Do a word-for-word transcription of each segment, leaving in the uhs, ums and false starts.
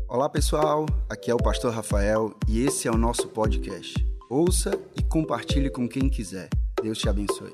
Olá pessoal, aqui é o pastor Rafael e esse é o nosso podcast. Ouça e compartilhe com quem quiser. Deus te abençoe.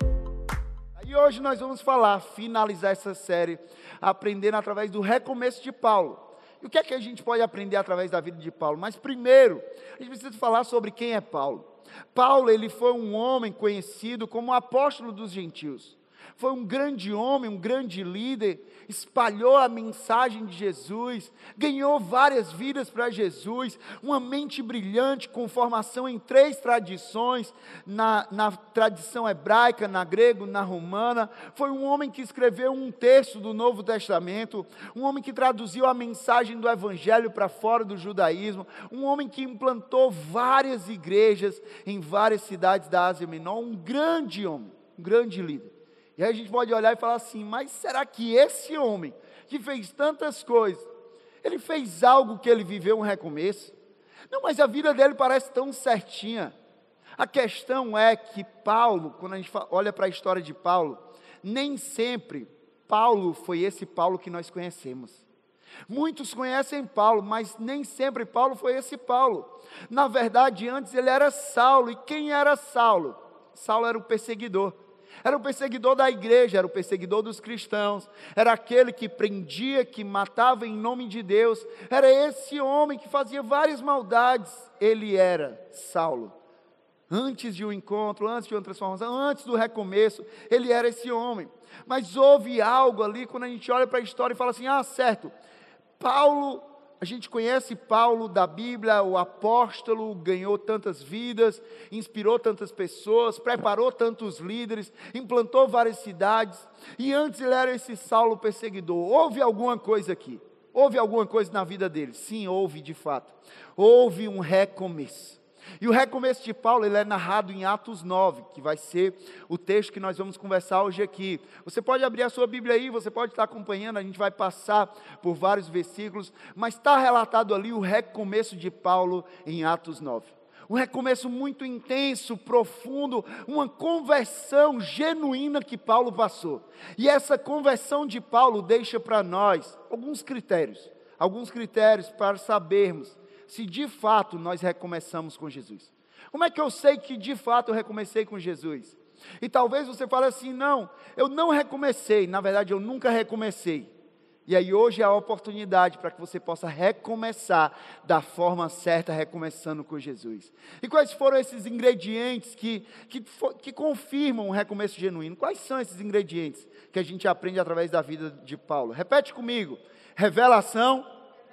E hoje nós vamos falar, finalizar essa série, aprendendo através do recomeço de Paulo. E o que é que a gente pode aprender através da vida de Paulo? Mas primeiro, a gente precisa falar sobre quem é Paulo. Paulo, ele foi um homem conhecido como apóstolo dos gentios. Foi um grande homem, um grande líder, espalhou a mensagem de Jesus, ganhou várias vidas para Jesus, uma mente brilhante, com formação em três tradições, na, na tradição hebraica, na grega, na romana. Foi um homem que escreveu um terço do Novo Testamento, um homem que traduziu a mensagem do Evangelho para fora do judaísmo, um homem que implantou várias igrejas em várias cidades da Ásia Menor, um grande homem, um grande líder. E aí a gente pode olhar e falar assim, mas será que esse homem, que fez tantas coisas, ele fez algo que ele viveu um recomeço? Não, mas a vida dele parece tão certinha. A questão é que Paulo, quando a gente olha para a história de Paulo, nem sempre Paulo foi esse Paulo que nós conhecemos. Muitos conhecem Paulo, mas nem sempre Paulo foi esse Paulo. Na verdade, antes ele era Saulo. E quem era Saulo? Saulo era o perseguidor. Era o perseguidor da igreja, era o perseguidor dos cristãos, era aquele que prendia, que matava em nome de Deus, era esse homem que fazia várias maldades, ele era Saulo. Antes de um encontro, antes de uma transformação, antes do recomeço, ele era esse homem. Mas houve algo ali, quando a gente olha para a história e fala assim, ah, certo, Paulo... A gente conhece Paulo da Bíblia, o apóstolo, ganhou tantas vidas, inspirou tantas pessoas, preparou tantos líderes, implantou várias cidades, e antes ele era esse Saulo perseguidor. Houve alguma coisa aqui? Houve alguma coisa na vida dele? Sim, houve de fato. Houve um recomeço. E o recomeço de Paulo, ele é narrado em Atos nove, que vai ser o texto que nós vamos conversar hoje aqui. Você pode abrir a sua Bíblia aí, você pode estar acompanhando, a gente vai passar por vários versículos, mas está relatado ali o recomeço de Paulo em Atos nove. Um recomeço muito intenso, profundo, uma conversão genuína que Paulo passou. E essa conversão de Paulo deixa para nós alguns critérios, alguns critérios para sabermos se de fato nós recomeçamos com Jesus. Como é que eu sei que de fato eu recomecei com Jesus? E talvez você fale assim, não, eu não recomecei, na verdade eu nunca recomecei. E aí hoje é a oportunidade para que você possa recomeçar da forma certa, recomeçando com Jesus. E quais foram esses ingredientes que, que, que confirmam um recomeço genuíno? Quais são esses ingredientes que a gente aprende através da vida de Paulo? Repete comigo, revelação,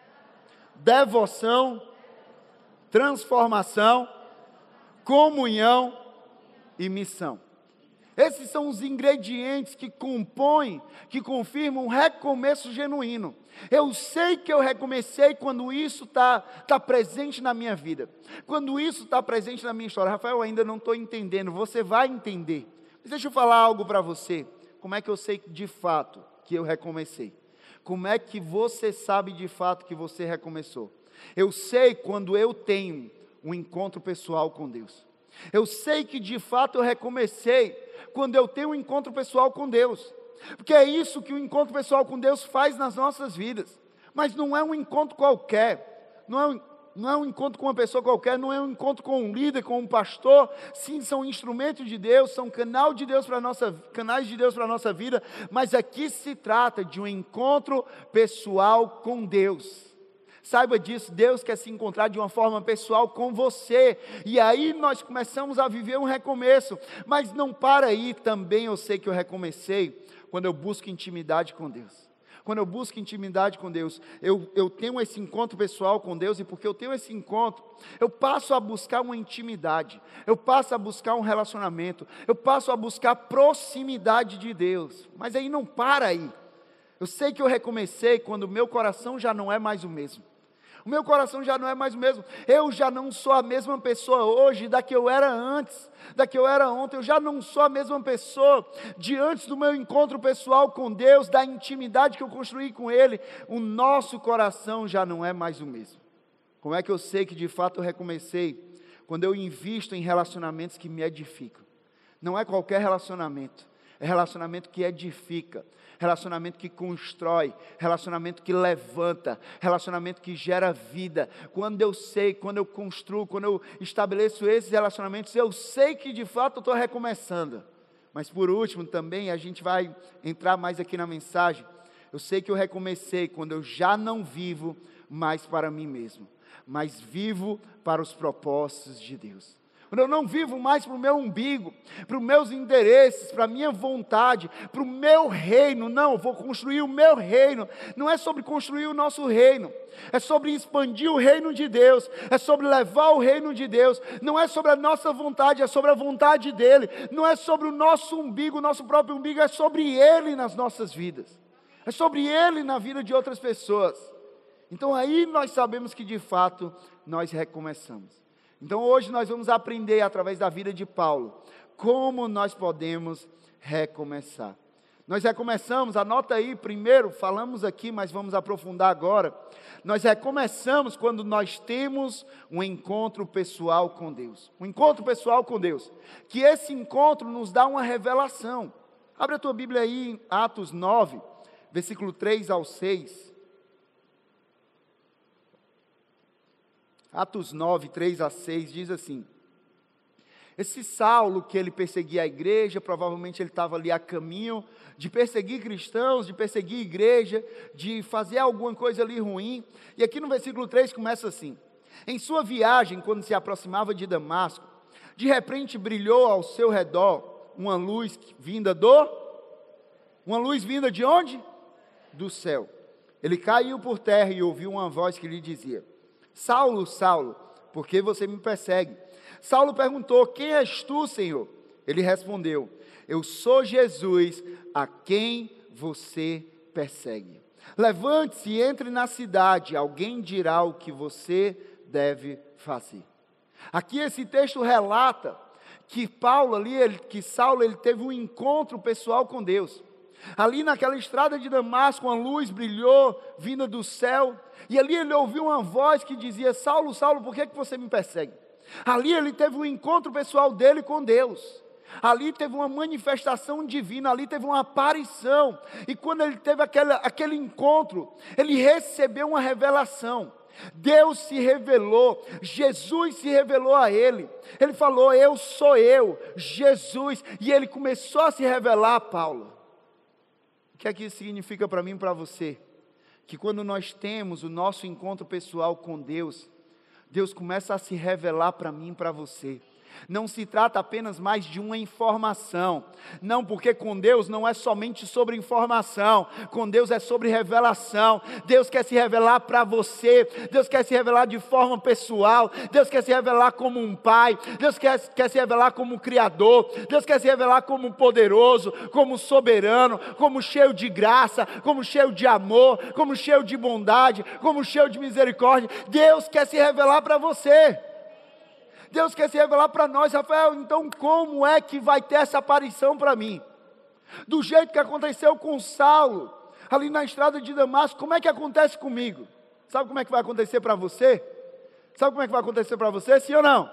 devoção, transformação, comunhão e missão. Esses são os ingredientes que compõem, que confirmam um recomeço genuíno. Eu sei que eu recomecei quando isso está tá presente na minha vida, quando isso está presente na minha história. Rafael, eu ainda não estou entendendo, você vai entender. Mas deixa eu falar algo para você, como é que eu sei de fato que eu recomecei? Como é que você sabe de fato que você recomeçou? Eu sei quando eu tenho um encontro pessoal com Deus. Eu sei que de fato eu recomecei quando eu tenho um encontro pessoal com Deus. Porque é isso que o encontro pessoal com Deus faz nas nossas vidas. Mas não é um encontro qualquer. Não é um, não é um encontro com uma pessoa qualquer. Não é um encontro com um líder, com um pastor. Sim, são instrumentos de Deus, são canal de Deus para nossa, canais de Deus para a nossa vida. Mas aqui se trata de um encontro pessoal com Deus. Saiba disso, Deus quer se encontrar de uma forma pessoal com você, e aí nós começamos a viver um recomeço, mas não para aí também. Eu sei que eu recomecei quando eu busco intimidade com Deus. Quando eu busco intimidade com Deus, eu, eu tenho esse encontro pessoal com Deus, e porque eu tenho esse encontro, eu passo a buscar uma intimidade, eu passo a buscar um relacionamento, eu passo a buscar proximidade de Deus. Mas aí não para aí. Eu sei que eu recomecei quando o meu coração já não é mais o mesmo. O meu coração já não é mais o mesmo. Eu já não sou a mesma pessoa hoje da que eu era antes, da que eu era ontem. Eu já não sou a mesma pessoa de antes do meu encontro pessoal com Deus, da intimidade que eu construí com Ele. O nosso coração já não é mais o mesmo. Como é que eu sei que de fato eu recomecei? Quando eu invisto em relacionamentos que me edificam. Não é qualquer relacionamento. é relacionamento que edifica, relacionamento que constrói, relacionamento que levanta, relacionamento que gera vida. Quando eu sei, quando eu construo, quando eu estabeleço esses relacionamentos, eu sei que de fato eu estou recomeçando. Mas por último também, a gente vai entrar mais aqui na mensagem, eu sei que eu recomecei quando eu já não vivo mais para mim mesmo, mas vivo para os propósitos de Deus. Quando eu não vivo mais para o meu umbigo, para os meus interesses, para a minha vontade, para o meu reino. Não, eu vou construir o meu reino. Não é sobre construir o nosso reino, é sobre expandir o reino de Deus, é sobre levar o reino de Deus. Não é sobre a nossa vontade, é sobre a vontade dEle. Não é sobre o nosso umbigo, o nosso próprio umbigo, é sobre Ele nas nossas vidas. É sobre Ele na vida de outras pessoas. Então aí nós sabemos que de fato nós recomeçamos. Então hoje nós vamos aprender através da vida de Paulo, como nós podemos recomeçar. Nós recomeçamos, anota aí primeiro, falamos aqui, mas vamos aprofundar agora. Nós recomeçamos quando nós temos um encontro pessoal com Deus. Um encontro pessoal com Deus. Que esse encontro nos dá uma revelação. Abre a tua Bíblia aí em Atos nove, versículo três ao seis. Atos nove, três a seis, diz assim: esse Saulo que ele perseguia a igreja, provavelmente ele estava ali a caminho de perseguir cristãos, de perseguir a igreja, de fazer alguma coisa ali ruim. E aqui no versículo três começa assim: em sua viagem, quando se aproximava de Damasco, de repente brilhou ao seu redor uma luz vinda do... Uma luz vinda de onde? Do céu. Ele caiu por terra e ouviu uma voz que lhe dizia: Saulo, Saulo, por que você me persegue? Saulo perguntou: quem és tu, Senhor? Ele respondeu: eu sou Jesus, a quem você persegue. Levante-se e entre na cidade, alguém dirá o que você deve fazer. Aqui esse texto relata que Paulo ali, ele, que Saulo, ele teve um encontro pessoal com Deus. Ali naquela estrada de Damasco, uma luz brilhou, vinda do céu, e ali ele ouviu uma voz que dizia: Saulo, Saulo, por que, que você me persegue? Ali ele teve um encontro pessoal dele com Deus, ali teve uma manifestação divina, ali teve uma aparição, e quando ele teve aquele, aquele encontro, ele recebeu uma revelação. Deus se revelou, Jesus se revelou a ele, ele falou: eu sou eu, Jesus, e ele começou a se revelar a Paulo. O que é que isso significa para mim e para você? Que quando nós temos o nosso encontro pessoal com Deus, Deus começa a se revelar para mim e para você. Não se trata apenas mais de uma informação, não, porque com Deus não é somente sobre informação, com Deus é sobre revelação. Deus quer se revelar para você, Deus quer se revelar de forma pessoal, Deus quer se revelar como um pai, Deus quer, quer se revelar como um criador, Deus quer se revelar como um poderoso, como soberano, como cheio de graça, como cheio de amor, como cheio de bondade, como cheio de misericórdia. Deus quer se revelar para você. Deus quer se revelar para nós. Rafael, então como é que vai ter essa aparição para mim? Do jeito que aconteceu com Saulo, ali na estrada de Damasco, como é que acontece comigo? Sabe como é que vai acontecer para você? Sabe como é que vai acontecer para você, sim ou não?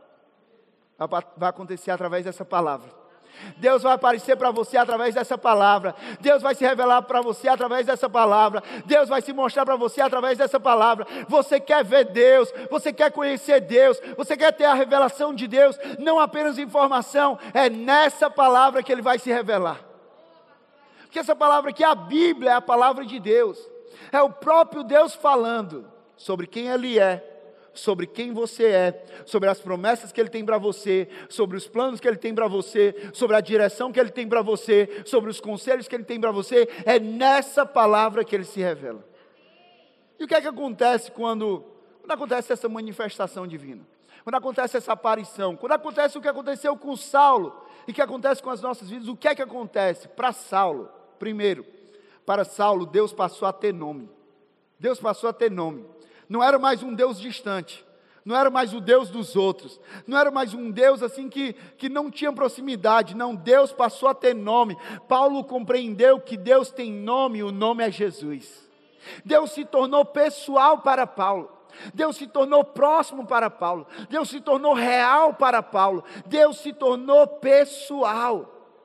Vai acontecer através dessa palavra. Deus vai aparecer para você através dessa palavra. Deus vai se revelar para você através dessa palavra. Deus vai se mostrar para você através dessa palavra. Você quer ver Deus, você quer conhecer Deus, você quer ter a revelação de Deus, não apenas informação, é nessa palavra que Ele vai se revelar. Porque essa palavra aqui, a Bíblia, é a palavra de Deus, é o próprio Deus falando sobre quem Ele é, sobre quem você é, sobre as promessas que Ele tem para você, sobre os planos que Ele tem para você, sobre a direção que Ele tem para você, sobre os conselhos que Ele tem para você. É nessa palavra que Ele se revela. E o que é que acontece quando, quando acontece essa manifestação divina? Quando acontece essa aparição? Quando acontece o que aconteceu com Saulo e que acontece com as nossas vidas? O que é que acontece? Para Saulo, primeiro, para Saulo, Deus passou a ter nome. Deus passou a ter nome. Não era mais um Deus distante, não era mais o Deus dos outros, não era mais um Deus assim que, que não tinha proximidade. Não, Deus passou a ter nome. Paulo compreendeu que Deus tem nome e o nome é Jesus. Deus se tornou pessoal para Paulo, Deus se tornou próximo para Paulo, Deus se tornou real para Paulo, Deus se tornou pessoal.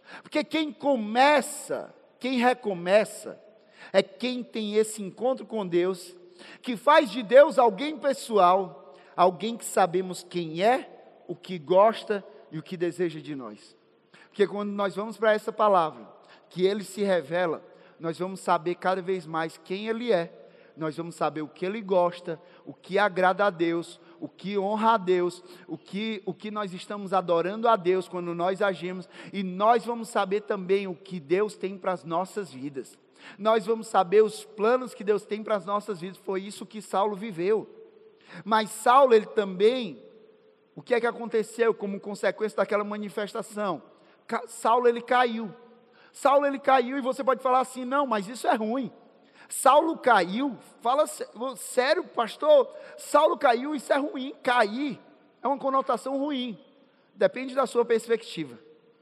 Porque quem começa, quem recomeça, é quem tem esse encontro com Deus, que faz de Deus alguém pessoal, alguém que sabemos quem é, o que gosta e o que deseja de nós. Porque quando nós vamos para essa palavra, que Ele se revela, nós vamos saber cada vez mais quem Ele é, nós vamos saber o que Ele gosta, o que agrada a Deus, o que honra a Deus, o que, o que nós estamos adorando a Deus quando nós agimos, e nós vamos saber também o que Deus tem para as nossas vidas. Nós vamos saber os planos que Deus tem para as nossas vidas. Foi isso que Saulo viveu. Mas Saulo, ele também, o que é que aconteceu como consequência daquela manifestação? Ca- Saulo, ele caiu. Saulo, ele caiu, e você pode falar assim, não, mas isso é ruim. Saulo caiu, fala sério, pastor, Saulo caiu, isso é ruim. Cair é uma conotação ruim, depende da sua perspectiva,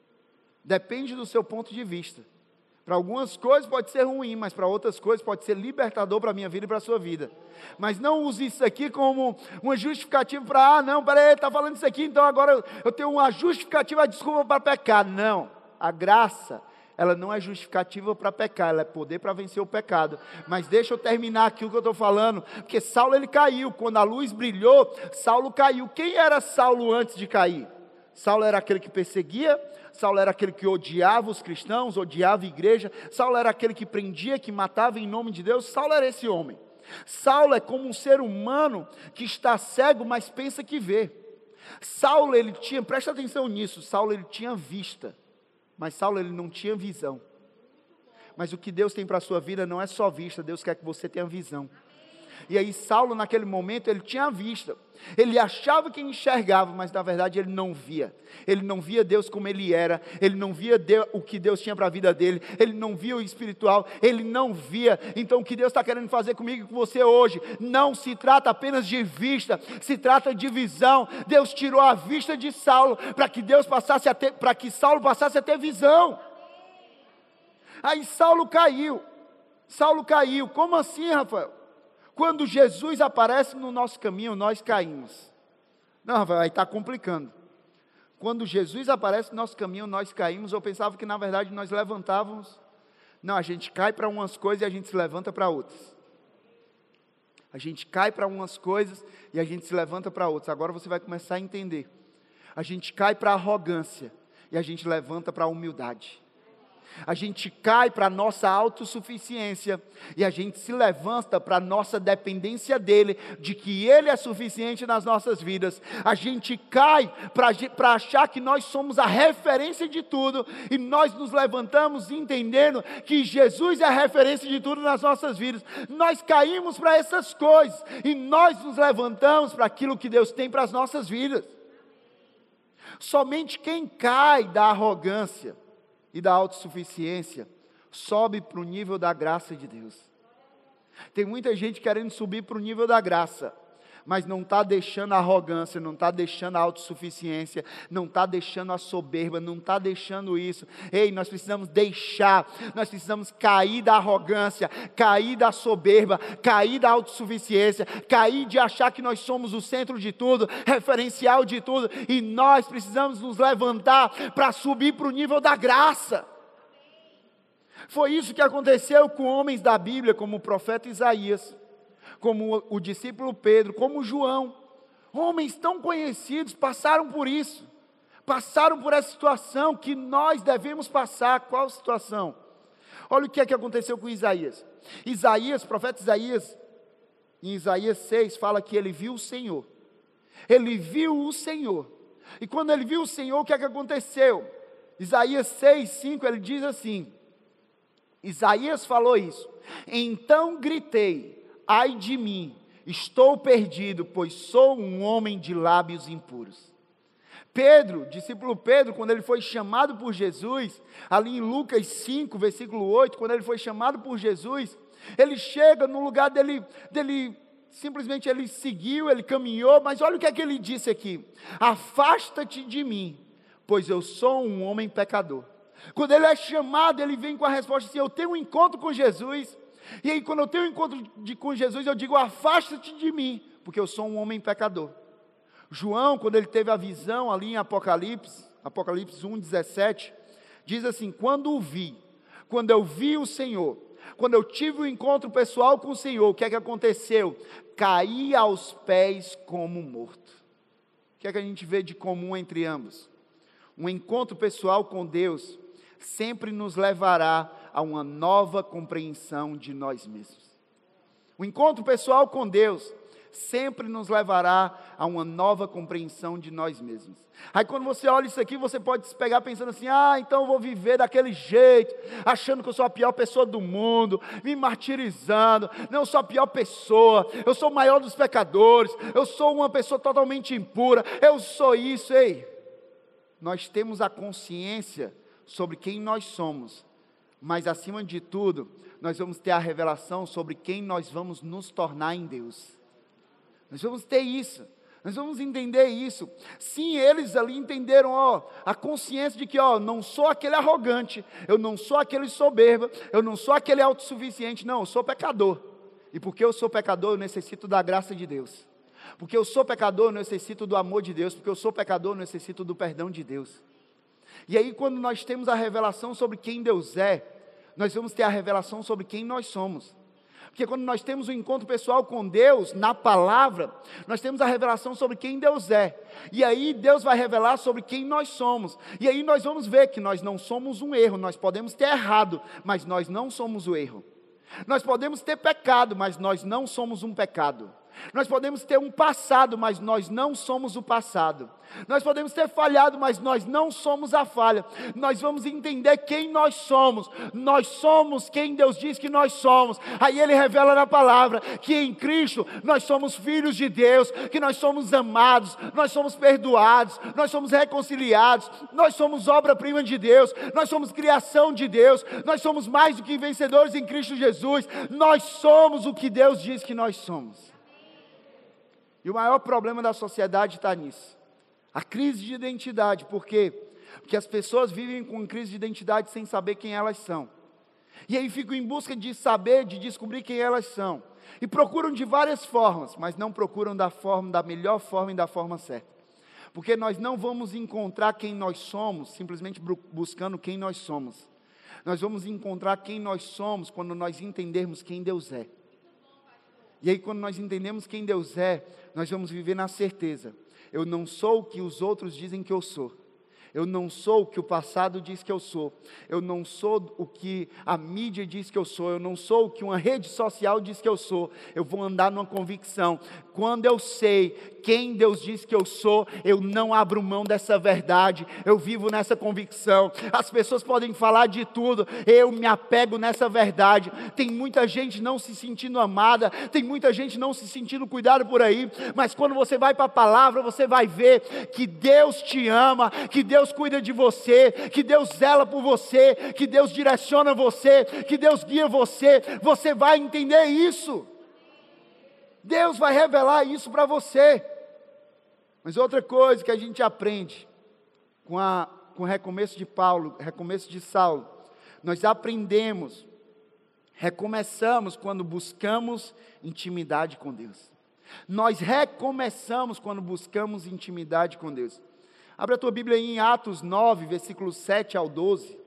depende do seu ponto de vista. Para algumas coisas pode ser ruim, mas para outras coisas pode ser libertador para a minha vida e para a sua vida. Mas não use isso aqui como uma justificativa para, ah não, peraí, está falando isso aqui, então agora eu tenho uma justificativa, a desculpa para pecar. Não, a graça, ela não é justificativa para pecar, ela é poder para vencer o pecado. Mas deixa eu terminar aqui o que eu estou falando, porque Saulo, ele caiu, quando a luz brilhou, Saulo caiu. Quem era Saulo antes de cair? Saulo era aquele que perseguia, Saulo era aquele que odiava os cristãos, odiava a igreja, Saulo era aquele que prendia, que matava em nome de Deus. Saulo era esse homem. Saulo é como um ser humano que está cego, mas pensa que vê. Saulo, ele tinha, presta atenção nisso, Saulo, ele tinha vista, mas Saulo, ele não tinha visão. Mas o que Deus tem para a sua vida não é só vista, Deus quer que você tenha visão. E aí Saulo, naquele momento, ele tinha vista, ele achava que enxergava, mas na verdade ele não via. Ele não via Deus como Ele era, ele não via Deus, o que Deus tinha para a vida dele, ele não via o espiritual, ele não via. Então o que Deus está querendo fazer comigo e com você hoje, não se trata apenas de vista, se trata de visão. Deus tirou a vista de Saulo, para que Deus passasse a ter, para que Saulo passasse a ter visão. Aí Saulo caiu, Saulo caiu, como assim, Rafael? Quando Jesus aparece no nosso caminho, nós caímos. Não, Rafael, aí está complicando. Quando Jesus aparece no nosso caminho, nós caímos. Eu pensava que na verdade nós levantávamos. Não, a gente cai para umas coisas e a gente se levanta para outras. A gente cai para umas coisas e a gente se levanta para outras. Agora você vai começar a entender. A gente cai para a arrogância e a gente levanta para a humildade. A gente cai para a nossa autossuficiência e a gente se levanta para a nossa dependência dEle, de que Ele é suficiente nas nossas vidas. A gente cai para achar que nós somos a referência de tudo e nós nos levantamos entendendo que Jesus é a referência de tudo nas nossas vidas. Nós caímos para essas coisas e nós nos levantamos para aquilo que Deus tem para as nossas vidas. Somente quem cai da arrogância e da autossuficiência sobe para o nível da graça de Deus. Tem muita gente querendo subir para o nível da graça, mas não está deixando a arrogância, não está deixando a autossuficiência, não está deixando a soberba, não está deixando isso. Ei, nós precisamos deixar, nós precisamos cair da arrogância, cair da soberba, cair da autossuficiência, cair de achar que nós somos o centro de tudo, referencial de tudo, e nós precisamos nos levantar para subir para o nível da graça. Foi isso que aconteceu com homens da Bíblia, como o profeta Isaías, como o discípulo Pedro, como João. Homens tão conhecidos passaram por isso, passaram por essa situação que nós devemos passar. Qual situação? Olha o que é que aconteceu com Isaías. Isaías, profeta Isaías, em Isaías seis, fala que ele viu o Senhor. Ele viu o Senhor. E quando ele viu o Senhor, o que é que aconteceu? Isaías seis, cinco, ele diz assim, Isaías falou isso: então gritei, ai de mim, estou perdido, pois sou um homem de lábios impuros. Pedro, discípulo Pedro, quando ele foi chamado por Jesus, ali em Lucas cinco, versículo oito, quando ele foi chamado por Jesus, ele chega no lugar dele, dele simplesmente ele seguiu, ele caminhou, mas olha o que é que ele disse aqui: afasta-te de mim, pois eu sou um homem pecador. Quando ele é chamado, ele vem com a resposta assim: eu tenho um encontro com Jesus. E aí quando eu tenho um encontro de, com Jesus, eu digo: afasta-te de mim, porque eu sou um homem pecador. João, quando ele teve a visão ali em Apocalipse, Apocalipse um, dezessete, diz assim: quando o vi, quando eu vi o Senhor, quando eu tive um encontro pessoal com o Senhor, o que é que aconteceu? Caí aos pés como morto. O que é que a gente vê de comum entre ambos? Um encontro pessoal com Deus sempre nos levará a uma nova compreensão de nós mesmos. O encontro pessoal com Deus sempre nos levará a uma nova compreensão de nós mesmos. Aí quando você olha isso aqui, você pode se pegar pensando assim: ah, então eu vou viver daquele jeito, achando que eu sou a pior pessoa do mundo, me martirizando, não, eu sou a pior pessoa, eu sou o maior dos pecadores, eu sou uma pessoa totalmente impura, eu sou isso. Ei, nós temos a consciência sobre quem nós somos, mas acima de tudo, nós vamos ter a revelação sobre quem nós vamos nos tornar em Deus. Nós vamos ter isso, nós vamos entender isso. Sim, eles ali entenderam, ó, a consciência de que, ó, não sou aquele arrogante, eu não sou aquele soberbo, eu não sou aquele autossuficiente, não, eu sou pecador. E porque eu sou pecador, eu necessito da graça de Deus. Porque eu sou pecador, eu necessito do amor de Deus. Porque eu sou pecador, eu necessito do perdão de Deus. E aí, quando nós temos a revelação sobre quem Deus é, nós vamos ter a revelação sobre quem nós somos. Porque quando nós temos um encontro pessoal com Deus, na palavra, nós temos a revelação sobre quem Deus é. E aí Deus vai revelar sobre quem nós somos. E aí nós vamos ver que nós não somos um erro. Nós podemos ter errado, mas nós não somos o erro. Nós podemos ter pecado, mas nós não somos um pecado. Nós podemos ter um passado, mas nós não somos o passado. Nós podemos ter falhado, mas nós não somos a falha. Nós vamos entender quem nós somos. Nós somos quem Deus diz que nós somos. Aí Ele revela na palavra que em Cristo nós somos filhos de Deus, que nós somos amados, nós somos perdoados, nós somos reconciliados, nós somos obra-prima de Deus, nós somos criação de Deus, nós somos mais do que vencedores em Cristo Jesus. Nós somos o que Deus diz que nós somos. E o maior problema da sociedade está nisso. A crise de identidade. Por quê? Porque as pessoas vivem com crise de identidade sem saber quem elas são. E aí ficam em busca de saber, de descobrir quem elas são. E procuram de várias formas, mas não procuram da forma, da melhor forma e da forma certa. Porque nós não vamos encontrar quem nós somos simplesmente buscando quem nós somos. Nós vamos encontrar quem nós somos quando nós entendermos quem Deus é. E aí quando nós entendemos quem Deus é, nós vamos viver na certeza: eu não sou o que os outros dizem que eu sou. Eu não sou o que o passado diz que eu sou. Eu não sou o que a mídia diz que eu sou. Eu não sou o que uma rede social diz que eu sou. Eu vou andar numa convicção. Quando eu sei quem Deus diz que eu sou, eu não abro mão dessa verdade. Eu vivo nessa convicção. As pessoas podem falar de tudo, eu me apego nessa verdade. Tem muita gente não se sentindo amada, tem muita gente não se sentindo cuidada por aí, mas quando você vai para a palavra, você vai ver que Deus te ama, que Deus cuida de você, que Deus zela por você, que Deus direciona você, que Deus guia você. Você vai entender isso. Deus vai revelar isso para você. Mas outra coisa que a gente aprende com, a, com o recomeço de Paulo, recomeço de Saulo, nós aprendemos, recomeçamos quando buscamos intimidade com Deus. Nós recomeçamos quando buscamos intimidade com Deus. Abre a tua Bíblia aí em Atos nove, versículos sete ao doze.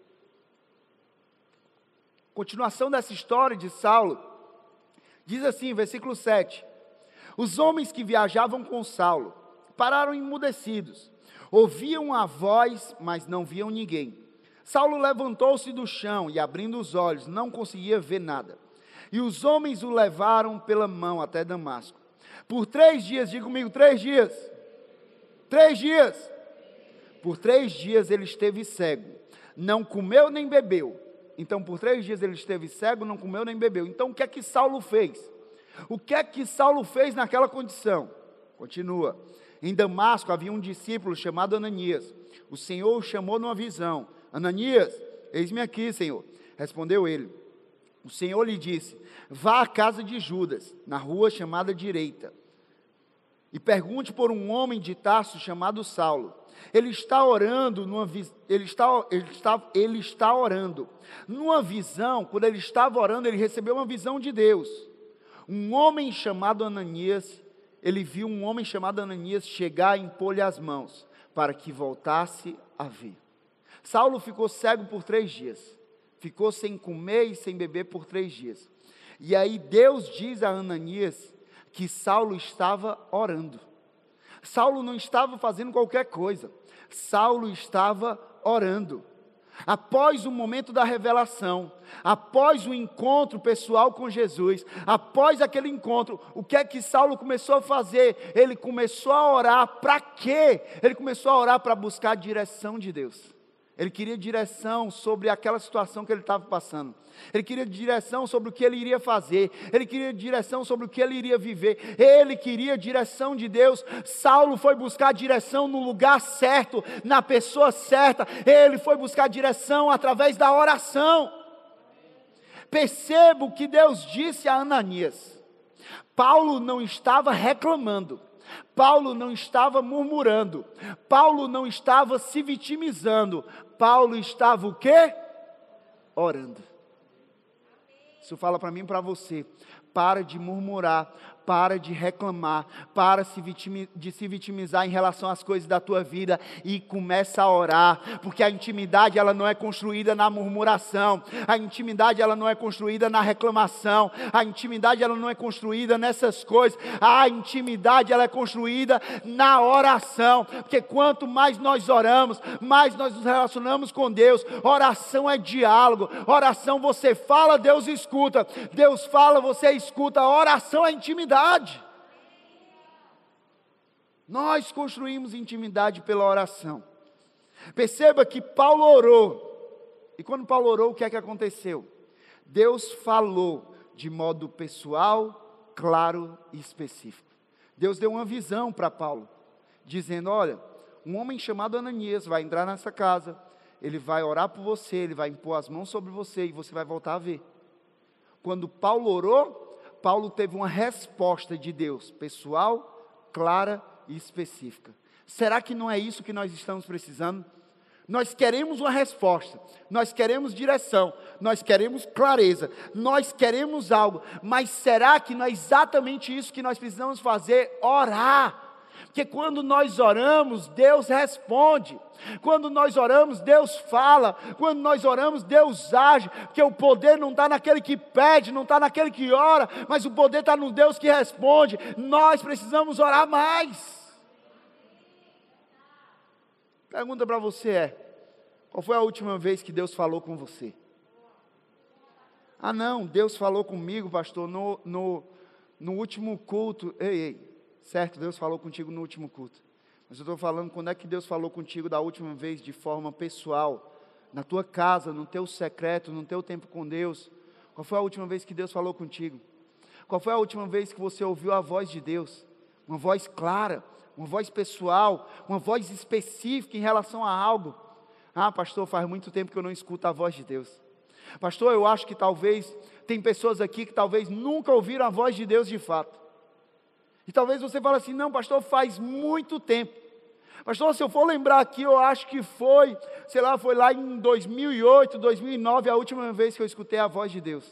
Continuação dessa história de Saulo. Diz assim, versículo sete. Os homens que viajavam com Saulo pararam emudecidos. Ouviam a voz, mas não viam ninguém. Saulo levantou-se do chão e, abrindo os olhos, não conseguia ver nada. E os homens o levaram pela mão até Damasco. Por três dias, diga comigo, três dias. Três dias. Por três dias ele esteve cego. Não comeu nem bebeu. Então, por três dias ele esteve cego, não comeu nem bebeu. Então, o que é que Saulo fez? O que é que Saulo fez naquela condição? Continua. Em Damasco havia um discípulo chamado Ananias. O Senhor o chamou numa visão. Ananias, eis-me aqui, Senhor. Respondeu ele. O Senhor lhe disse: vá à casa de Judas, na rua chamada Direita, e pergunte por um homem de Tarso chamado Saulo. Ele está orando, numa, ele, está, ele, está, ele está orando. Numa visão, quando ele estava orando, ele recebeu uma visão de Deus. Um homem chamado Ananias, ele viu um homem chamado Ananias chegar e impor-lhe as mãos, para que voltasse a ver. Saulo ficou cego por três dias, ficou sem comer e sem beber por três dias. E aí Deus diz a Ananias que Saulo estava orando. Saulo não estava fazendo qualquer coisa, Saulo estava orando. Após o momento da revelação, após o encontro pessoal com Jesus, após aquele encontro, o que é que Saulo começou a fazer? Ele começou a orar, para quê? Ele começou a orar para buscar a direção de Deus. Ele queria direção sobre aquela situação que ele estava passando. Ele queria direção sobre o que ele iria fazer. Ele queria direção sobre o que ele iria viver. Ele queria direção de Deus. Saulo foi buscar direção no lugar certo, na pessoa certa. Ele foi buscar direção através da oração. Perceba o que Deus disse a Ananias. Paulo não estava reclamando. Paulo não estava murmurando. Paulo não estava se vitimizando. Paulo estava o quê? Orando. Isso fala para mim e para você. Para de murmurar, para de reclamar, para se vitimi- de se vitimizar em relação às coisas da tua vida e começa a orar, porque a intimidade ela não é construída na murmuração, a intimidade ela não é construída na reclamação, a intimidade ela não é construída nessas coisas, a intimidade ela é construída na oração, porque quanto mais nós oramos, mais nós nos relacionamos com Deus. Oração é diálogo, oração você fala, Deus escuta, Deus fala, você escuta, a oração é intimidade. Nós construímos intimidade pela oração. Perceba que Paulo orou, e quando Paulo orou, o que é que aconteceu? Deus falou de modo pessoal, claro e específico. Deus deu uma visão para Paulo, dizendo: olha, um homem chamado Ananias vai entrar nessa casa, ele vai orar por você, ele vai impor as mãos sobre você e você vai voltar a ver. Quando Paulo orou, Paulo teve uma resposta de Deus, pessoal, clara e específica. Será que não é isso que nós estamos precisando? Nós queremos uma resposta, nós queremos direção, nós queremos clareza, nós queremos algo, mas será que não é exatamente isso que nós precisamos fazer? Orar. Porque quando nós oramos, Deus responde. Quando nós oramos, Deus fala. Quando nós oramos, Deus age. Porque o poder não está naquele que pede, não está naquele que ora, mas o poder está no Deus que responde. Nós precisamos orar mais. Pergunta para você é: qual foi a última vez que Deus falou com você? Ah não, Deus falou comigo, pastor, no, no, no último culto. Ei, ei. Certo, Deus falou contigo no último culto. Mas eu estou falando, quando é que Deus falou contigo da última vez de forma pessoal? Na tua casa, no teu secreto, no teu tempo com Deus. Qual foi a última vez que Deus falou contigo? Qual foi a última vez que você ouviu a voz de Deus? Uma voz clara, uma voz pessoal, uma voz específica em relação a algo. Ah, pastor, faz muito tempo que eu não escuto a voz de Deus. Pastor, eu acho que talvez, tem pessoas aqui que talvez nunca ouviram a voz de Deus de fato. E talvez você fale assim: não, pastor, faz muito tempo. Pastor, se eu for lembrar aqui, eu acho que foi, sei lá, foi lá em dois mil e oito, dois mil e nove, a última vez que eu escutei a voz de Deus.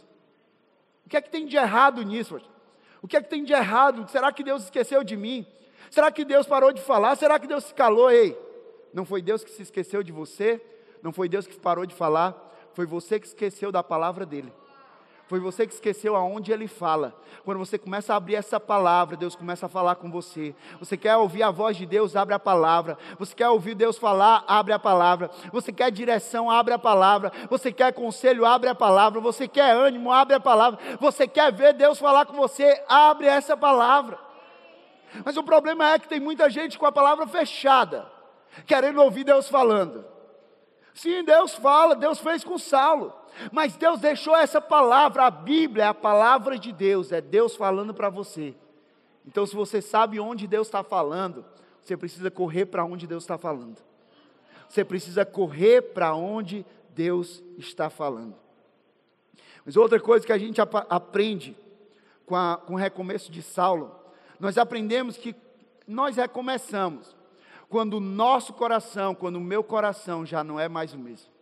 O que é que tem de errado nisso, pastor? O que é que tem de errado? Será que Deus esqueceu de mim? Será que Deus parou de falar? Será que Deus se calou? Ei, não foi Deus que se esqueceu de você, não foi Deus que parou de falar, foi você que esqueceu da palavra dele. Foi você que esqueceu aonde Ele fala. Quando você começa a abrir essa palavra, Deus começa a falar com você. Você quer ouvir a voz de Deus, abre a palavra. Você quer ouvir Deus falar, abre a palavra. Você quer direção, abre a palavra. Você quer conselho, abre a palavra. Você quer ânimo, abre a palavra. Você quer ver Deus falar com você, abre essa palavra. Mas o problema é que tem muita gente com a palavra fechada, querendo ouvir Deus falando. Sim, Deus fala, Deus fez com Saulo. Mas Deus deixou essa palavra, a Bíblia é a palavra de Deus, é Deus falando para você. Então se você sabe onde Deus está falando, você precisa correr para onde Deus está falando. Você precisa correr para onde Deus está falando. Mas outra coisa que a gente ap- aprende com, a, com o recomeço de Saulo, nós aprendemos que nós recomeçamos quando o nosso coração, quando o meu coração já não é mais o mesmo.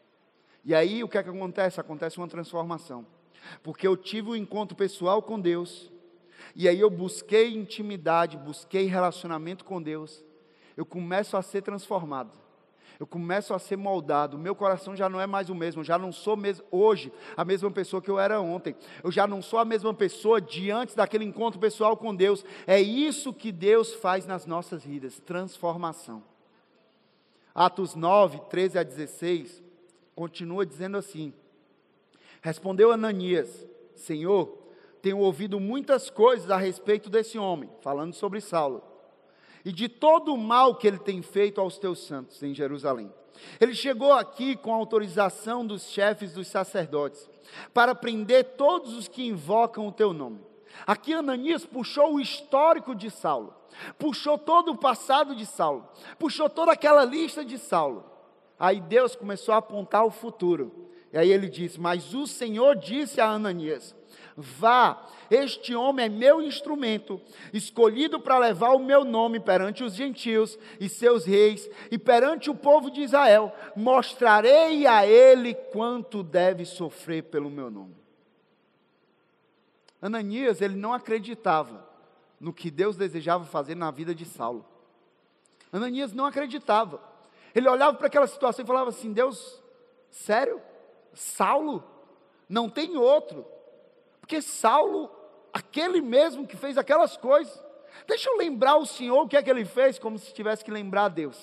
E aí o que é que acontece? Acontece uma transformação, porque eu tive um encontro pessoal com Deus, e aí eu busquei intimidade, busquei relacionamento com Deus, eu começo a ser transformado, Eu começo a ser moldado, o meu coração já não é mais o mesmo, eu já não sou mes- hoje a mesma pessoa que eu era ontem, eu já não sou a mesma pessoa diante daquele encontro pessoal com Deus. É isso que Deus faz nas nossas vidas, transformação. Atos nove, treze a dezesseis, continua dizendo assim: respondeu Ananias: Senhor, tenho ouvido muitas coisas a respeito desse homem, falando sobre Saulo, e de todo o mal que ele tem feito aos teus santos em Jerusalém. Ele chegou aqui com a autorização dos chefes dos sacerdotes, para prender todos os que invocam o teu nome. Aqui Ananias puxou o histórico de Saulo, puxou todo o passado de Saulo, puxou toda aquela lista de Saulo. Aí Deus começou a apontar o futuro, e aí ele disse: mas o Senhor disse a Ananias: vá, este homem é meu instrumento, escolhido para levar o meu nome perante os gentios e seus reis, e perante o povo de Israel. Mostrarei a ele quanto deve sofrer pelo meu nome. Ananias, ele não acreditava no que Deus desejava fazer na vida de Saulo. Ananias não acreditava. Ele olhava para aquela situação e falava assim: Deus, sério? Saulo? Não tem outro. Porque Saulo, aquele mesmo que fez aquelas coisas, deixa eu lembrar o Senhor o que é que ele fez, como se tivesse que lembrar a Deus.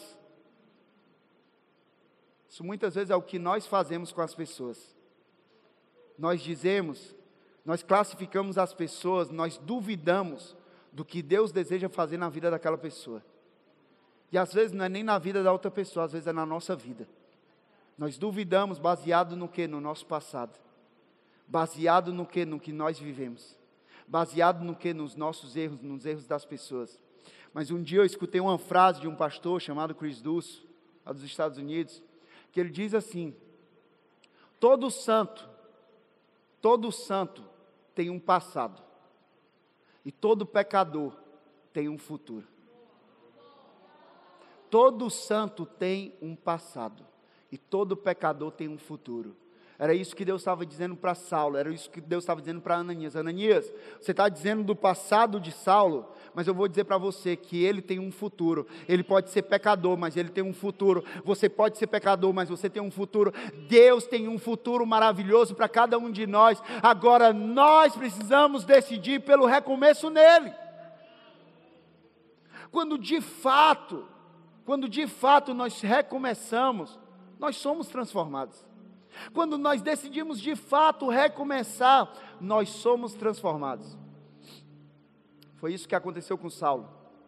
Isso muitas vezes é o que nós fazemos com as pessoas. Nós dizemos, nós classificamos as pessoas, nós duvidamos do que Deus deseja fazer na vida daquela pessoa. E às vezes não é nem na vida da outra pessoa, às vezes é na nossa vida. Nós duvidamos baseado no que? No nosso passado. Baseado no que? No que nós vivemos. Baseado no que? Nos nossos erros, nos erros das pessoas. Mas um dia eu escutei uma frase de um pastor chamado Chris Duss, lá dos Estados Unidos, que ele diz assim: todo santo, todo santo tem um passado, e todo pecador tem um futuro. Todo santo tem um passado, e todo pecador tem um futuro. Era isso que Deus estava dizendo para Saulo, era isso que Deus estava dizendo para Ananias. Ananias, você está dizendo do passado de Saulo, mas eu vou dizer para você que ele tem um futuro. Ele pode ser pecador, mas ele tem um futuro. Você pode ser pecador, mas você tem um futuro. Deus tem um futuro maravilhoso para cada um de nós. Agora nós precisamos decidir pelo recomeço nele. Quando de fato, quando de fato nós recomeçamos, nós somos transformados. Quando nós decidimos de fato recomeçar, nós somos transformados. Foi isso que aconteceu com Saulo.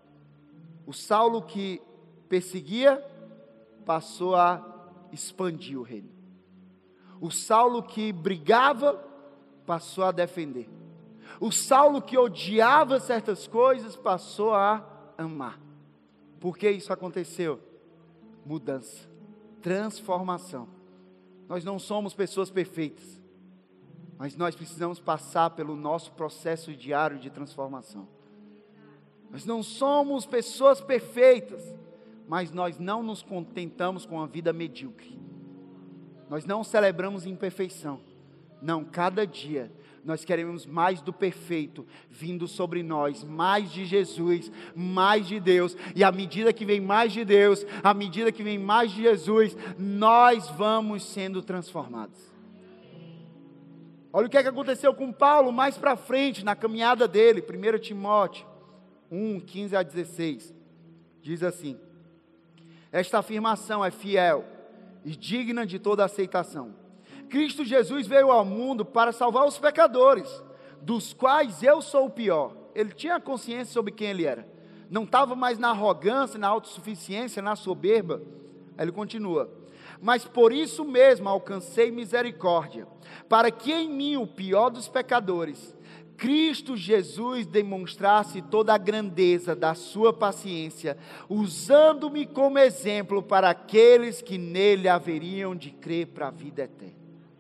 O Saulo que perseguia, passou a expandir o reino. O Saulo que brigava, passou a defender. O Saulo que odiava certas coisas, passou a amar. Por que isso aconteceu? Mudança, transformação. Nós não somos pessoas perfeitas, mas nós precisamos passar pelo nosso processo diário de transformação. Nós não somos pessoas perfeitas, mas nós não nos contentamos com a vida medíocre. Nós não celebramos imperfeição. Não, cada dia nós queremos mais do perfeito vindo sobre nós, mais de Jesus, mais de Deus. E à medida que vem mais de Deus, à medida que vem mais de Jesus, nós vamos sendo transformados. Olha o que é que aconteceu com Paulo mais para frente, na caminhada dele. primeiro Timóteo um, quinze a dezesseis, diz assim: esta afirmação é fiel e digna de toda aceitação. Cristo Jesus veio ao mundo para salvar os pecadores, dos quais eu sou o pior. Ele tinha consciência sobre quem ele era. Não estava mais na arrogância, na autossuficiência, na soberba. Aí ele continua: mas por isso mesmo alcancei misericórdia, para que em mim, o pior dos pecadores, Cristo Jesus demonstrasse toda a grandeza da sua paciência, usando-me como exemplo para aqueles que nele haveriam de crer para a vida eterna.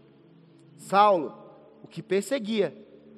Saulo, o que perseguia,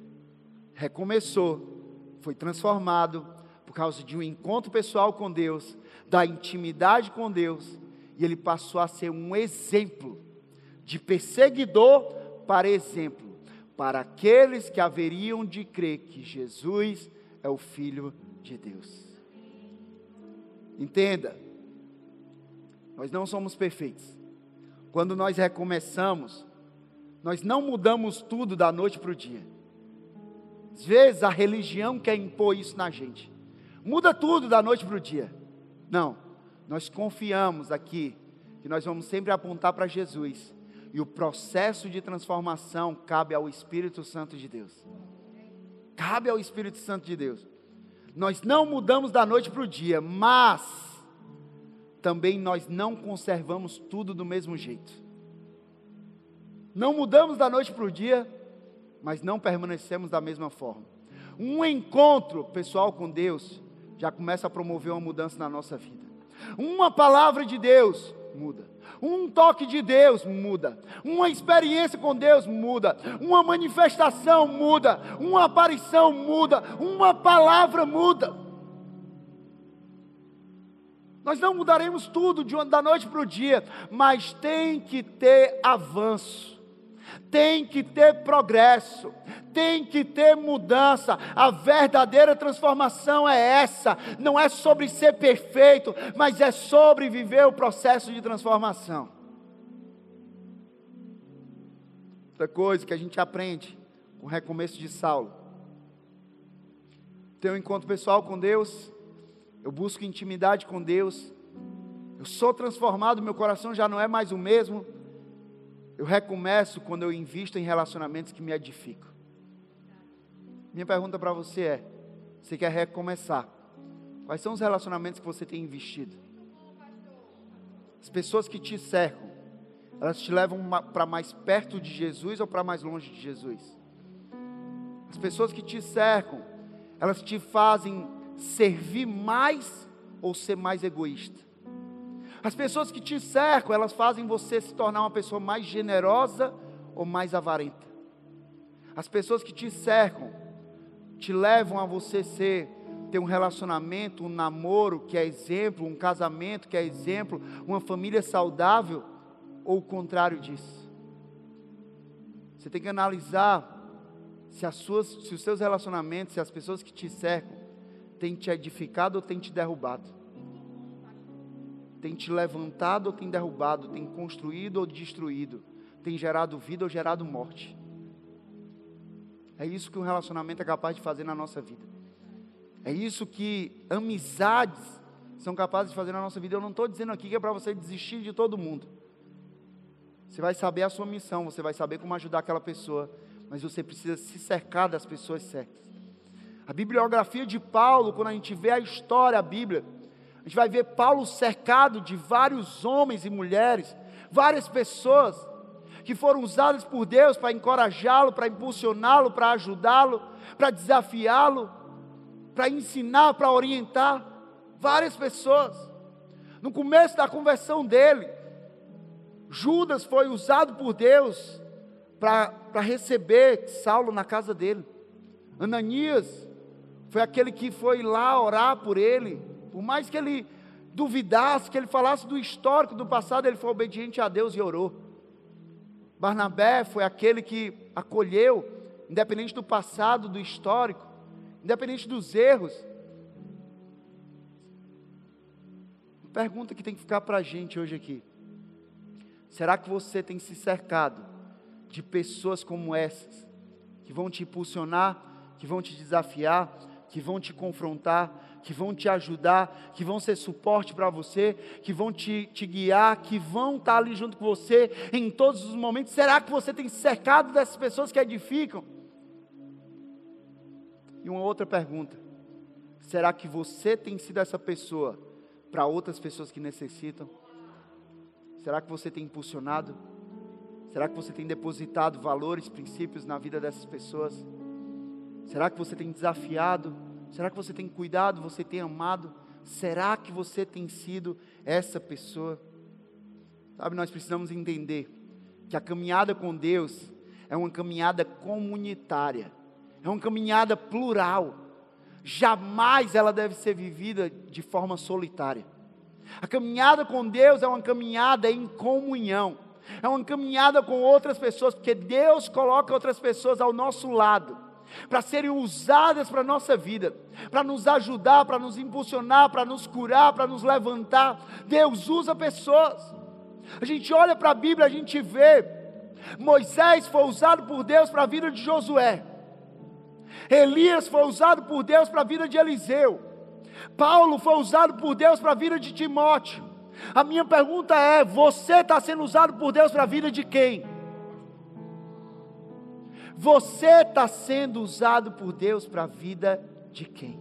recomeçou, foi transformado por causa de um encontro pessoal com Deus, da intimidade com Deus, e ele passou a ser um exemplo, de perseguidor para exemplo, para aqueles que haveriam de crer que Jesus é o Filho de Deus. Entenda, Nós não somos perfeitos. Quando nós recomeçamos, nós não mudamos tudo da noite para o dia. Às vezes a religião quer impor isso na gente. Muda tudo da noite para o dia. Não, nós confiamos aqui que nós vamos sempre apontar para Jesus. E o processo de transformação cabe ao Espírito Santo de Deus. Cabe ao Espírito Santo de Deus. Nós não mudamos da noite para o dia, mas também nós não conservamos tudo do mesmo jeito. Não mudamos da noite para o dia, mas não permanecemos da mesma forma. Um encontro pessoal com Deus já começa a promover uma mudança na nossa vida. Uma palavra de Deus muda. Um toque de Deus muda. Uma experiência com Deus muda. Uma manifestação muda. Uma aparição muda. Uma palavra muda. Nós não mudaremos tudo de uma, da noite para o dia, mas tem que ter avanço. Tem que ter progresso, tem que ter mudança. A verdadeira transformação é essa, não é sobre ser perfeito, mas é sobre viver o processo de transformação. Outra coisa que a gente aprende com o recomeço de Saulo: tenho um encontro pessoal com Deus, eu busco intimidade com Deus, eu sou transformado, meu coração já não é mais o mesmo. Eu recomeço quando eu invisto em relacionamentos que me edificam. Minha pergunta para você é: você quer recomeçar? Quais são os relacionamentos que você tem investido? As pessoas que te cercam, elas te levam para mais perto de Jesus ou para mais longe de Jesus? As pessoas que te cercam, elas te fazem servir mais ou ser mais egoísta? As pessoas que te cercam, elas fazem você se tornar uma pessoa mais generosa ou mais avarenta? As pessoas que te cercam, te levam a você ser, ter um relacionamento, um namoro que é exemplo, um casamento que é exemplo, uma família saudável, ou o contrário disso? Você tem que analisar se, as suas, se os seus relacionamentos, se as pessoas que te cercam, têm te edificado ou têm te derrubado? Tem te levantado ou tem derrubado? Tem construído ou destruído? Tem gerado vida ou gerado morte? É isso que um relacionamento é capaz de fazer na nossa vida. É isso que amizades são capazes de fazer na nossa vida. Eu não estou dizendo aqui que é para você desistir de todo mundo. Você vai saber a sua missão, você vai saber como ajudar aquela pessoa, mas você precisa se cercar das pessoas certas. A bibliografia de Paulo, quando a gente vê a história, a Bíblia, a gente vai ver Paulo cercado de vários homens e mulheres, várias pessoas que foram usadas por Deus para encorajá-lo, para impulsioná-lo, para ajudá-lo, para desafiá-lo, para ensinar, para orientar. Várias pessoas. No começo da conversão dele, Judas foi usado por Deus para, para receber Saulo na casa dele. Ananias foi aquele que foi lá orar por ele. Por mais que ele duvidasse, que ele falasse do histórico do passado, ele foi obediente a Deus e orou. Barnabé foi aquele que acolheu, independente do passado, do histórico, independente dos erros. Pergunta que tem que ficar para a gente hoje aqui: será que você tem se cercado de pessoas como essas, que vão te impulsionar, que vão te desafiar, que vão te confrontar, que vão te ajudar, que vão ser suporte para você, que vão te, te guiar, que vão estar ali junto com você em todos os momentos? Será que você tem se cercado dessas pessoas que edificam? E uma outra pergunta: será que você tem sido essa pessoa para outras pessoas que necessitam? Será que você tem impulsionado? Será que você tem depositado valores, princípios na vida dessas pessoas? Será que você tem desafiado? Será que você tem cuidado? Você tem amado? Será que você tem sido essa pessoa? Sabe, nós precisamos entender que a caminhada com Deus é uma caminhada comunitária, é uma caminhada plural. Jamais ela deve ser vivida de forma solitária. A caminhada com Deus é uma caminhada em comunhão, é uma caminhada com outras pessoas, porque Deus coloca outras pessoas ao nosso lado. para serem usadas para a nossa vida, para nos ajudar, para nos impulsionar, para nos curar, para nos levantar. Deus usa pessoas. A gente olha para a Bíblia, a gente vê, Moisés foi usado por Deus para a vida de Josué, Elias foi usado por Deus para a vida de Eliseu, Paulo foi usado por Deus para a vida de Timóteo. A minha pergunta é: você está sendo usado por Deus para a vida de quem? Você está sendo usado por Deus para a vida de quem?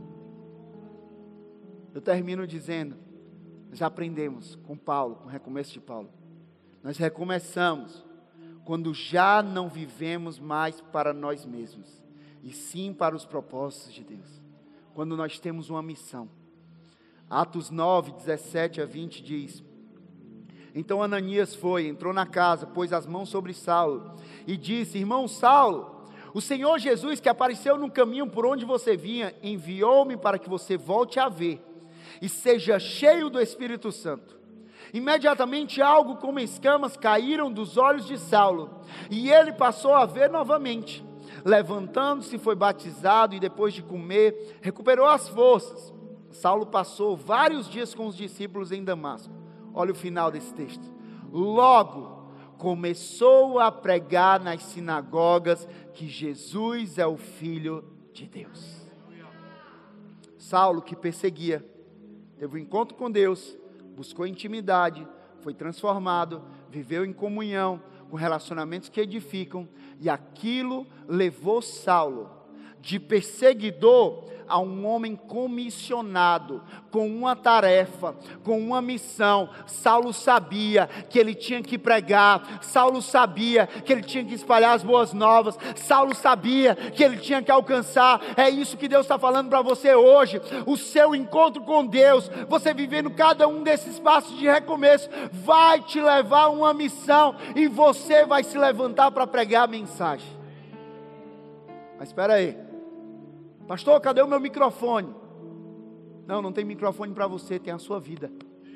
Eu termino dizendo, nós aprendemos com Paulo, com o recomeço de Paulo. Nós recomeçamos quando já não vivemos mais para nós mesmos, e sim para os propósitos de Deus. Quando nós temos uma missão. Atos nove, dezessete a vinte diz: então Ananias foi, entrou na casa, pôs as mãos sobre Saulo e disse: irmão Saulo, o Senhor Jesus, que apareceu no caminho por onde você vinha, enviou-me para que você volte a ver e seja cheio do Espírito Santo. Imediatamente algo como escamas caíram dos olhos de Saulo, e ele passou a ver novamente. Levantando-se, foi batizado, e depois de comer, recuperou as forças. Saulo passou vários dias com os discípulos em Damasco. Olha o final desse texto. Logo começou a pregar nas sinagogas que Jesus é o Filho de Deus. Saulo, que perseguia, teve um encontro com Deus, buscou intimidade, foi transformado, viveu em comunhão, com relacionamentos que edificam, e aquilo levou Saulo, de perseguidor, a um homem comissionado, com uma tarefa, com uma missão. Saulo sabia que ele tinha que pregar, Saulo sabia que ele tinha que espalhar as boas novas, Saulo sabia que ele tinha que alcançar. É isso que Deus está falando para você hoje. O seu encontro com Deus, você vivendo cada um desses passos de recomeço, vai te levar a uma missão, e você vai se levantar para pregar a mensagem. Mas espera aí, pastor, cadê o meu microfone? Não, não tem microfone para você, tem a sua vida.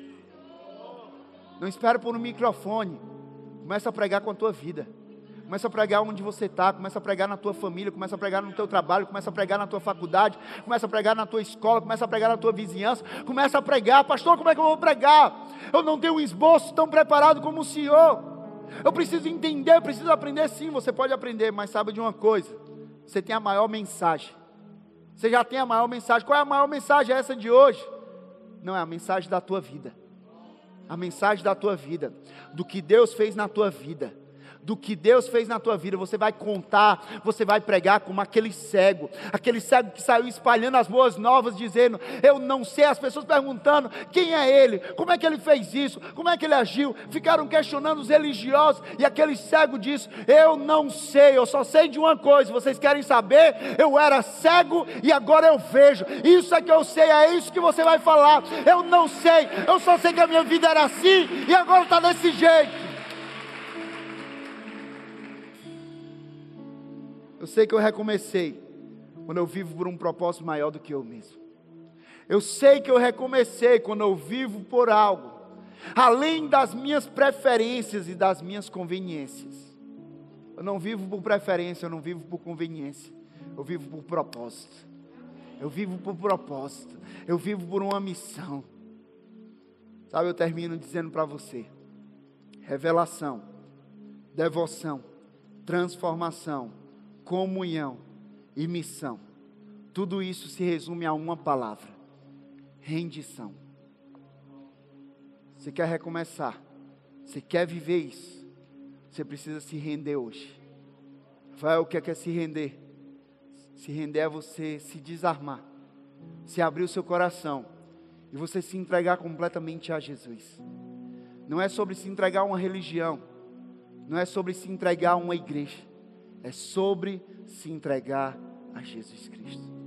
Não espera por um microfone. Começa a pregar com a tua vida. Começa a pregar onde você está. Começa a pregar na tua família. Começa a pregar no teu trabalho. Começa a pregar na tua faculdade. Começa a pregar na tua escola. Começa a pregar na tua vizinhança. Começa a pregar. Pastor, como é que eu vou pregar? Eu não tenho um esboço tão preparado como o senhor. Eu preciso entender, eu preciso aprender. Sim, você pode aprender, mas sabe de uma coisa: você tem a maior mensagem. Você já tem a maior mensagem. Qual é a maior mensagem? Essa de hoje? Não, é a mensagem da tua vida. A mensagem da tua vida, do que Deus fez na tua vida, do que Deus fez na tua vida. Você vai contar, você vai pregar como aquele cego, aquele cego que saiu espalhando as boas novas, dizendo: eu não sei. As pessoas perguntando: quem é ele? Como é que ele fez isso? Como é que ele agiu? Ficaram questionando os religiosos, e aquele cego disse: eu não sei, eu só sei de uma coisa. Vocês querem saber? Eu era cego e agora eu vejo. Isso é que eu sei, é isso que você vai falar. Eu não sei, eu só sei que a minha vida era assim e agora está desse jeito. Eu sei que eu recomecei quando eu vivo por um propósito maior do que eu mesmo. Eu sei que eu recomecei quando eu vivo por algo além das minhas preferências e das minhas conveniências. Eu não vivo por preferência, eu não vivo por conveniência. Eu vivo por propósito. Eu vivo por propósito. Eu vivo por uma missão. Sabe, eu termino dizendo para você: revelação, devoção, transformação, comunhão e missão. Tudo isso se resume a uma palavra: rendição. Você quer recomeçar? Você quer viver isso? Você precisa se render hoje. Rafael, o que é, que é se render? Se render é você se desarmar, se abrir o seu coração e você se entregar completamente a Jesus. Não é sobre se entregar a uma religião, não é sobre se entregar a uma igreja, é sobre se entregar a Jesus Cristo.